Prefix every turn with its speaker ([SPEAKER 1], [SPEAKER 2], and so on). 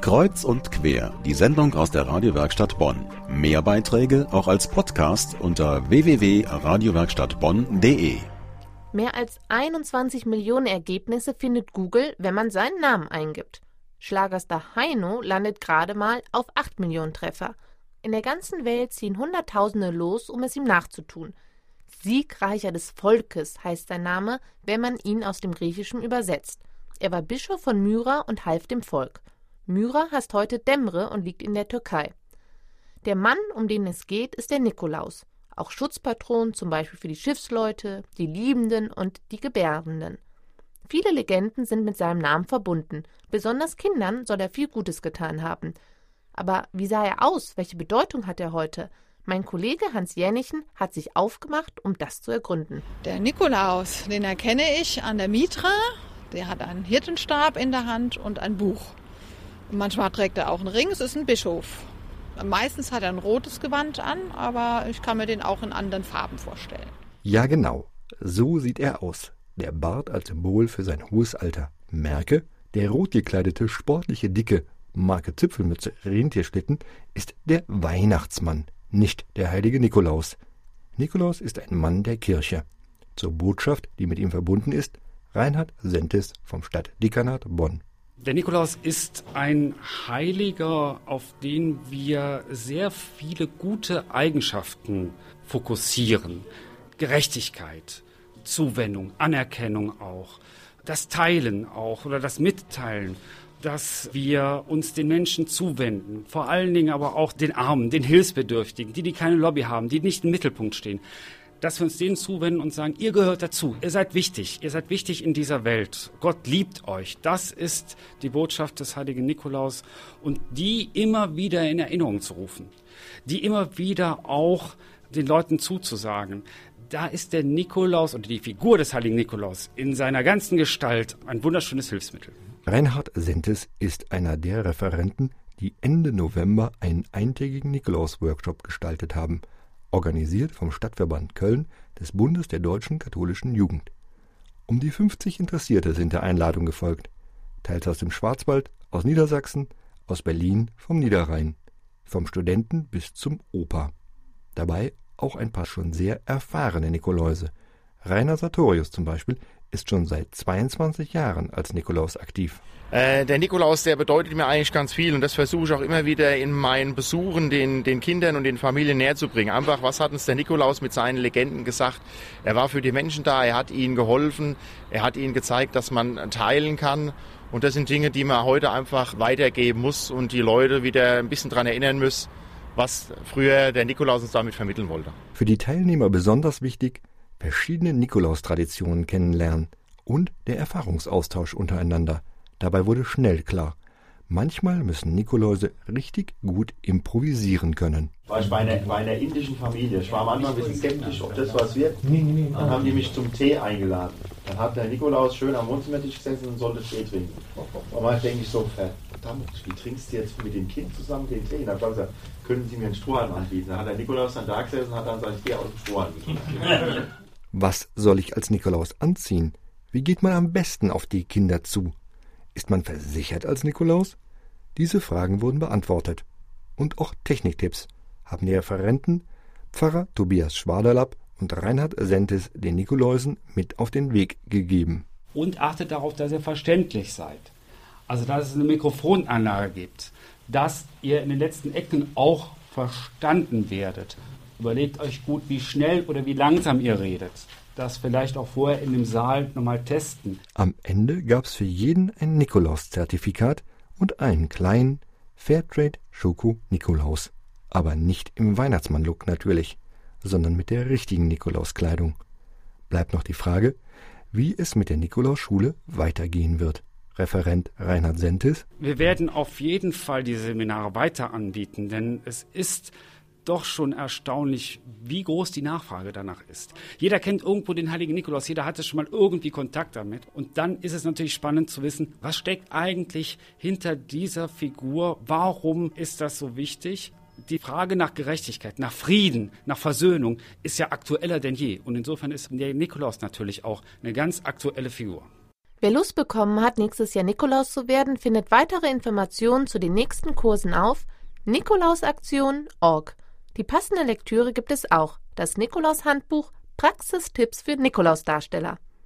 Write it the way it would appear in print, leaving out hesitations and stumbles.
[SPEAKER 1] Kreuz und quer, die Sendung aus der Radiowerkstatt Bonn. Mehr Beiträge auch als Podcast unter www.radiowerkstattbonn.de.
[SPEAKER 2] Mehr als 21 Millionen Ergebnisse findet Google, wenn man seinen Namen eingibt. Schlagerstar Heino landet gerade mal auf 8 Millionen Treffer. In der ganzen Welt ziehen Hunderttausende los, um es ihm nachzutun. Siegreicher des Volkes heißt sein Name, wenn man ihn aus dem Griechischen übersetzt. Er war Bischof von Myra und half dem Volk. Myra heißt heute Demre und liegt in der Türkei. Der Mann, um den es geht, ist der Nikolaus. Auch Schutzpatron, zum Beispiel für die Schiffsleute, die Liebenden und die Gebärenden. Viele Legenden sind mit seinem Namen verbunden. Besonders Kindern soll er viel Gutes getan haben. Aber wie sah er aus? Welche Bedeutung hat er heute? Mein Kollege Hans Jänichen hat sich aufgemacht, um das zu ergründen.
[SPEAKER 3] Der Nikolaus, den erkenne ich an der Mitra. Der hat einen Hirtenstab in der Hand und ein Buch. Und manchmal trägt er auch einen Ring, es ist ein Bischof. Meistens hat er ein rotes Gewand an, aber ich kann mir den auch in anderen Farben vorstellen.
[SPEAKER 4] Ja genau, so sieht er aus. Der Bart als Symbol für sein hohes Alter. Merke, der rot gekleidete, sportliche, dicke, Marke Zipfelmütze, Rentierschlitten ist der Weihnachtsmann, nicht der heilige Nikolaus. Nikolaus ist ein Mann der Kirche. Zur Botschaft, die mit ihm verbunden ist, Reinhard Sentes vom Stadtdekanat Bonn.
[SPEAKER 5] Der Nikolaus ist ein Heiliger, auf den wir sehr viele gute Eigenschaften fokussieren. Gerechtigkeit, Zuwendung, Anerkennung auch, das Teilen auch oder das Mitteilen, dass wir uns den Menschen zuwenden, vor allen Dingen aber auch den Armen, den Hilfsbedürftigen, die keine Lobby haben, die nicht im Mittelpunkt stehen. Dass wir uns denen zuwenden und sagen, ihr gehört dazu, ihr seid wichtig in dieser Welt. Gott liebt euch. Das ist die Botschaft des heiligen Nikolaus und die immer wieder in Erinnerung zu rufen, die immer wieder auch den Leuten zuzusagen. Da ist der Nikolaus oder die Figur des heiligen Nikolaus in seiner ganzen Gestalt ein wunderschönes Hilfsmittel.
[SPEAKER 4] Reinhard Sentes ist einer der Referenten, die Ende November einen eintägigen Nikolaus-Workshop gestaltet haben. Organisiert vom Stadtverband Köln des Bundes der Deutschen Katholischen Jugend. Um die 50 Interessierte sind der Einladung gefolgt. Teils aus dem Schwarzwald, aus Niedersachsen, aus Berlin, vom Niederrhein. Vom Studenten bis zum Opa. Dabei auch ein paar schon sehr erfahrene Nikoläuse. Rainer Sartorius zum Beispiel ist schon seit 22 Jahren als Nikolaus aktiv.
[SPEAKER 6] Der Nikolaus, der bedeutet mir eigentlich ganz viel und das versuche ich auch immer wieder in meinen Besuchen den Kindern und den Familien näher zu bringen. Einfach, was hat uns der Nikolaus mit seinen Legenden gesagt? Er war für die Menschen da, er hat ihnen geholfen, er hat ihnen gezeigt, dass man teilen kann. Und das sind Dinge, die man heute einfach weitergeben muss und die Leute wieder ein bisschen daran erinnern muss, was früher der Nikolaus uns damit vermitteln wollte.
[SPEAKER 4] Für die Teilnehmer besonders wichtig, verschiedene Nikolaustraditionen kennenlernen und der Erfahrungsaustausch untereinander. Dabei wurde schnell klar, manchmal müssen Nikoläuse richtig gut improvisieren können.
[SPEAKER 7] War ich bei einer indischen Familie. Ich war am Anfang ein bisschen skeptisch, ob das was wird. Dann haben die mich zum Tee eingeladen. Dann hat der Nikolaus schön am Wohnzimmertisch gesessen und sollte Tee trinken. Und dann denke ich so, verdammt, wie trinkst du jetzt mit dem Kind zusammen den Tee? Und dann habe ich gesagt, können Sie mir einen Strohhalm anbieten? Dann hat der Nikolaus dann da gesessen und hat dann seinen Tee aus dem Strohhalm getrunken.
[SPEAKER 4] Was soll ich als Nikolaus anziehen? Wie geht man am besten auf die Kinder zu? Ist man versichert als Nikolaus? Diese Fragen wurden beantwortet. Und auch Techniktipps haben die Referenten Pfarrer Tobias Schwaderlapp und Reinhard Sentes den Nikoläusen mit auf den Weg gegeben.
[SPEAKER 5] Und achtet darauf, dass ihr verständlich seid. Also, dass es eine Mikrofonanlage gibt, dass ihr in den letzten Ecken auch verstanden werdet. Überlegt euch gut, wie schnell oder wie langsam ihr redet. Das vielleicht auch vorher in dem Saal nochmal testen.
[SPEAKER 4] Am Ende gab es für jeden ein Nikolaus-Zertifikat und einen kleinen Fairtrade Schoko-Nikolaus. Aber nicht im Weihnachtsmann-Look natürlich, sondern mit der richtigen Nikolauskleidung. Bleibt noch die Frage, wie es mit der Nikolausschule weitergehen wird. Referent Reinhard Sentes.
[SPEAKER 5] Wir werden auf jeden Fall diese Seminare weiter anbieten, denn es ist doch schon erstaunlich, wie groß die Nachfrage danach ist. Jeder kennt irgendwo den heiligen Nikolaus, jeder hatte schon mal irgendwie Kontakt damit. Und dann ist es natürlich spannend zu wissen, was steckt eigentlich hinter dieser Figur? Warum ist das so wichtig? Die Frage nach Gerechtigkeit, nach Frieden, nach Versöhnung ist ja aktueller denn je. Und insofern ist der Nikolaus natürlich auch eine ganz aktuelle Figur.
[SPEAKER 2] Wer Lust bekommen hat, nächstes Jahr Nikolaus zu werden, findet weitere Informationen zu den nächsten Kursen auf nikolausaktion.org. Die passende Lektüre gibt es auch, das Nikolaus-Handbuch Praxistipps für Nikolausdarsteller.